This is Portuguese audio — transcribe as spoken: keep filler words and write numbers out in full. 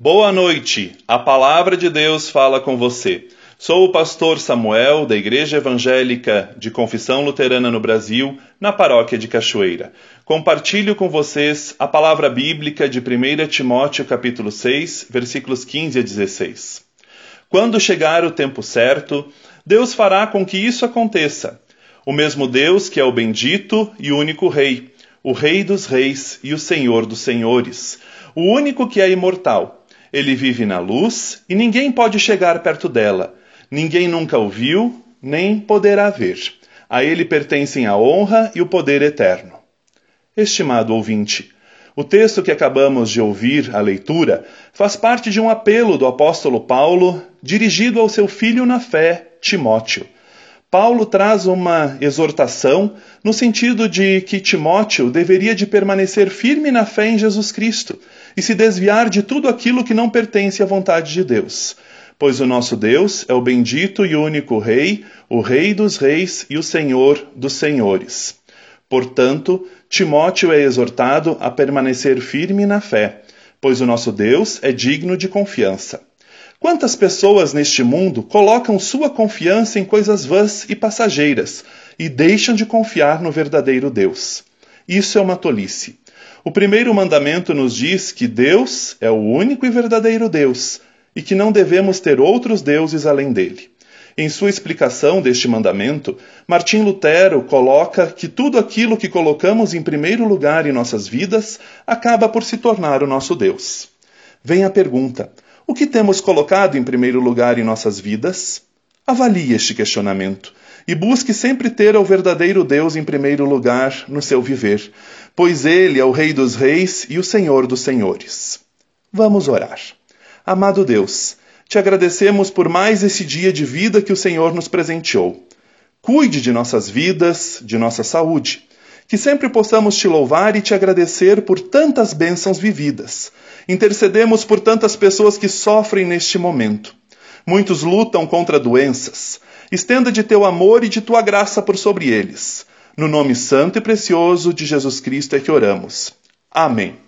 Boa noite, a palavra de Deus fala com você. Sou o pastor Samuel, da Igreja Evangélica de Confissão Luterana no Brasil, na paróquia de Cachoeira. Compartilho com vocês a palavra bíblica de primeira Timóteo capítulo seis, versículos quinze a dezesseis. Quando chegar o tempo certo, Deus fará com que isso aconteça. O mesmo Deus que é o bendito e único Rei, o Rei dos Reis e o Senhor dos Senhores, o único que é imortal. Ele vive na luz e ninguém pode chegar perto dela. Ninguém nunca o viu, nem poderá ver. A ele pertencem a honra e o poder eterno. Estimado ouvinte, o texto que acabamos de ouvir, a leitura, faz parte de um apelo do apóstolo Paulo dirigido ao seu filho na fé, Timóteo. Paulo traz uma exortação no sentido de que Timóteo deveria de permanecer firme na fé em Jesus Cristo e se desviar de tudo aquilo que não pertence à vontade de Deus. Pois o nosso Deus é o bendito e único Rei, o Rei dos Reis e o Senhor dos Senhores. Portanto, Timóteo é exortado a permanecer firme na fé, pois o nosso Deus é digno de confiança. Quantas pessoas neste mundo colocam sua confiança em coisas vãs e passageiras e deixam de confiar no verdadeiro Deus? Isso é uma tolice. O primeiro mandamento nos diz que Deus é o único e verdadeiro Deus e que não devemos ter outros deuses além dele. Em sua explicação deste mandamento, Martim Lutero coloca que tudo aquilo que colocamos em primeiro lugar em nossas vidas acaba por se tornar o nosso Deus. Vem a pergunta: o que temos colocado em primeiro lugar em nossas vidas? Avalie este questionamento e busque sempre ter o verdadeiro Deus em primeiro lugar no seu viver, pois Ele é o Rei dos Reis e o Senhor dos Senhores. Vamos orar. Amado Deus, te agradecemos por mais esse dia de vida que o Senhor nos presenteou. Cuide de nossas vidas, de nossa saúde, que sempre possamos te louvar e te agradecer por tantas bênçãos vividas. Intercedemos por tantas pessoas que sofrem neste momento. Muitos lutam contra doenças. Estenda de teu amor e de tua graça por sobre eles. No nome santo e precioso de Jesus Cristo é que oramos. Amém.